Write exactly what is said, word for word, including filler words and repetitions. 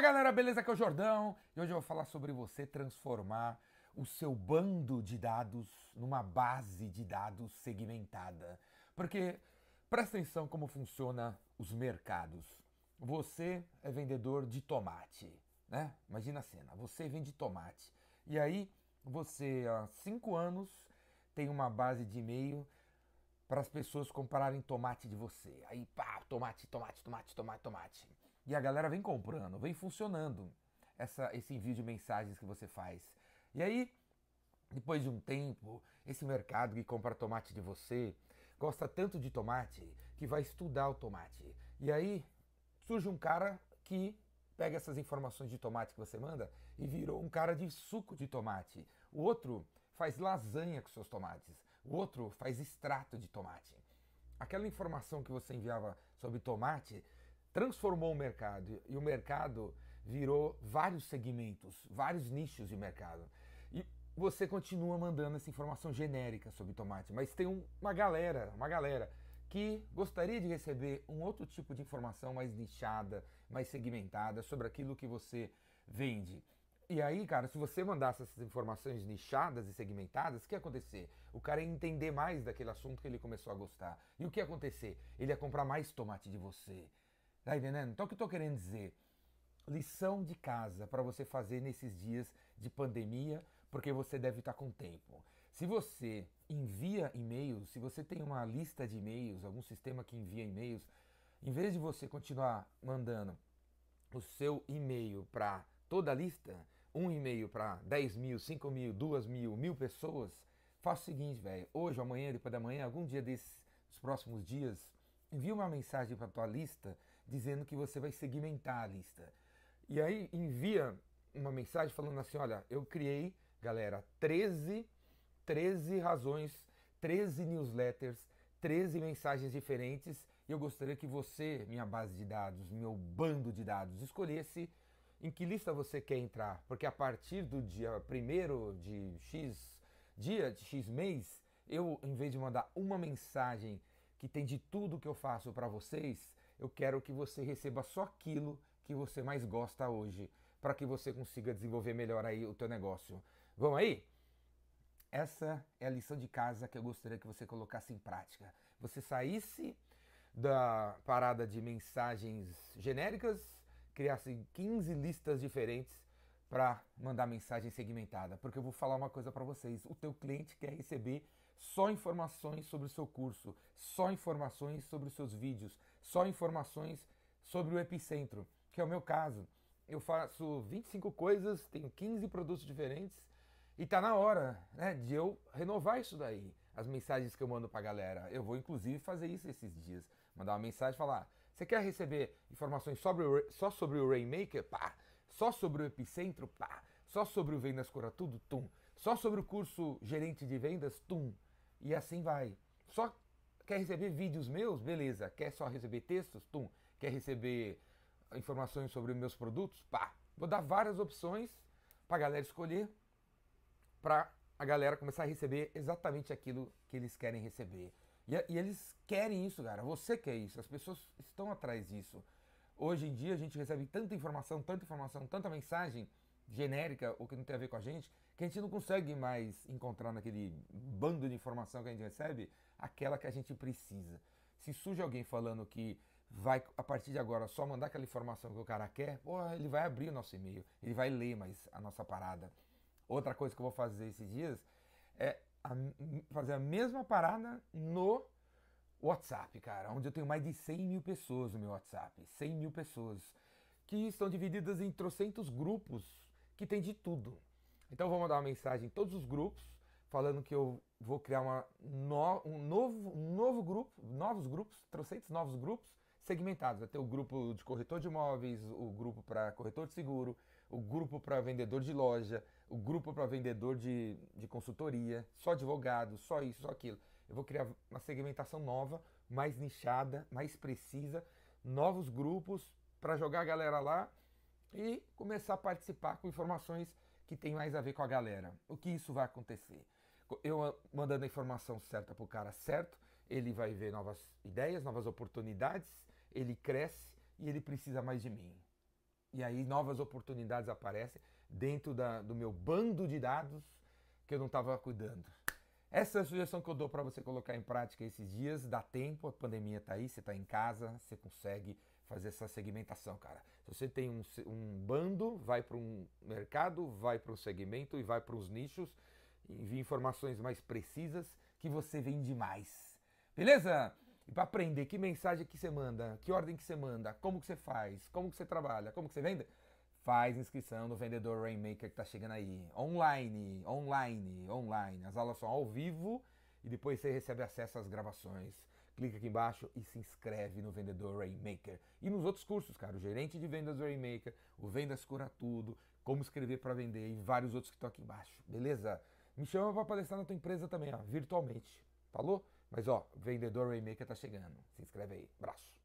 Galera, beleza? Aqui é o Jordão e hoje eu vou falar sobre você transformar o seu bando de dados numa base de dados segmentada. Porque presta atenção como funciona os mercados. Você é vendedor de tomate, né? Imagina a cena, você vende tomate. E aí você há cinco anos tem uma base de e-mail para as pessoas comprarem tomate de você. Aí, pá, tomate, tomate, tomate, tomate, tomate. E a galera vem comprando, vem funcionando essa, esse envio de mensagens que você faz. E aí, depois de um tempo, esse mercado que compra tomate de você gosta tanto de tomate que vai estudar o tomate. E aí surge um cara que pega essas informações de tomate que você manda e virou um cara de suco de tomate. O outro faz lasanha com seus tomates. O outro faz extrato de tomate. Aquela informação que você enviava sobre tomate transformou o mercado e o mercado virou vários segmentos, vários nichos de mercado. E você continua mandando essa informação genérica sobre tomate, mas tem um, uma galera, uma galera que gostaria de receber um outro tipo de informação mais nichada, mais segmentada sobre aquilo que você vende. E aí, cara, se você mandasse essas informações nichadas e segmentadas, o que ia acontecer? O cara ia entender mais daquele assunto que ele começou a gostar. E o que ia acontecer? Ele ia comprar mais tomate de você. Tá entendendo? Então o que eu tô querendo dizer? Lição de casa para você fazer nesses dias de pandemia, porque você deve estar com tempo. Se você envia e-mails, se você tem uma lista de e-mails, algum sistema que envia e-mails, em vez de você continuar mandando o seu e-mail para toda a lista, um e-mail para dez mil, cinco mil, duas mil, mil pessoas, faça o seguinte, velho. Hoje, amanhã, depois da manhã, algum dia desses dos próximos dias, envia uma mensagem para a tua lista dizendo que você vai segmentar a lista. E aí envia uma mensagem falando assim, olha, eu criei, galera, treze, treze razões, treze newsletters, treze mensagens diferentes e eu gostaria que você, minha base de dados, meu bando de dados, escolhesse em que lista você quer entrar, porque a partir do dia primeiro de X dia, de X mês, eu, em vez de mandar uma mensagem que tem de tudo que eu faço para vocês, eu quero que você receba só aquilo que você mais gosta hoje, para que você consiga desenvolver melhor aí o teu negócio. Vamos aí? Essa é a lição de casa que eu gostaria que você colocasse em prática. Você saísse da parada de mensagens genéricas, criasse quinze listas diferentes para mandar mensagem segmentada, porque eu vou falar uma coisa para vocês, o teu cliente quer receber só informações sobre o seu curso, só informações sobre os seus vídeos, só informações sobre o Epicentro, que é o meu caso. Eu faço vinte e cinco coisas, tenho quinze produtos diferentes e tá na hora, né, de eu renovar isso daí. As mensagens que eu mando pra galera. Eu vou inclusive fazer isso esses dias. Mandar uma mensagem e falar, você quer receber informações sobre o, só sobre o Rainmaker? Pá. Só sobre o Epicentro? Pá. Só sobre o Vendas Cura Tudo? Tum. Só sobre o curso Gerente de Vendas? Tum. E assim vai. Só quer receber vídeos meus? Beleza. Quer só receber textos? Tum. Quer receber informações sobre meus produtos? Pá. Vou dar várias opções pra galera escolher, pra a galera começar a receber exatamente aquilo que eles querem receber. E, e eles querem isso, cara. Você quer isso. As pessoas estão atrás disso. Hoje em dia a gente recebe tanta informação, tanta informação, tanta mensagem genérica ou que não tem a ver com a gente, que a gente não consegue mais encontrar naquele bando de informação que a gente recebe aquela que a gente precisa. Se surge alguém falando que vai, a partir de agora, só mandar aquela informação que o cara quer, pô, ele vai abrir o nosso e-mail, ele vai ler mais a nossa parada. Outra coisa que eu vou fazer esses dias é a, fazer a mesma parada no WhatsApp, cara, onde eu tenho mais de cem mil pessoas no meu WhatsApp. cem mil pessoas que estão divididas em trocentos grupos que tem de tudo. Então eu vou mandar uma mensagem em todos os grupos falando que eu vou criar uma no, um, novo, um novo grupo, novos grupos, trocentos novos grupos segmentados. Vai ter o grupo de corretor de imóveis, o grupo para corretor de seguro, o grupo para vendedor de loja, o grupo para vendedor de, de consultoria, só advogado, só isso, só aquilo. Eu vou criar uma segmentação nova, mais nichada, mais precisa, novos grupos para jogar a galera lá e começar a participar com informações que tem mais a ver com a galera. O que isso vai acontecer? Eu mandando a informação certa para o cara certo, ele vai ver novas ideias, novas oportunidades, ele cresce e ele precisa mais de mim. E aí novas oportunidades aparecem dentro da, do meu bando de dados que eu não estava cuidando. Essa é a sugestão que eu dou para você colocar em prática esses dias. Dá tempo, a pandemia tá aí, você tá em casa, você consegue fazer essa segmentação, cara. Se você tem um, um bando, vai para um mercado, vai para um segmento e vai para os nichos, envia informações mais precisas que você vende mais. Beleza? E para aprender que mensagem que você manda, que ordem que você manda, como que você faz, como que você trabalha, como que você vende, faz inscrição no Vendedor Rainmaker que tá chegando aí. Online, online, online. As aulas são ao vivo e depois você recebe acesso às gravações. Clica aqui embaixo e se inscreve no Vendedor Rainmaker. E nos outros cursos, cara, o Gerente de Vendas Rainmaker, o Vendas Cura Tudo, como escrever para vender e vários outros que estão aqui embaixo. Beleza? Me chama para palestrar na tua empresa também, ó, virtualmente. Falou? Mas ó, Vendedor Rainmaker tá chegando. Se inscreve aí. Abraço.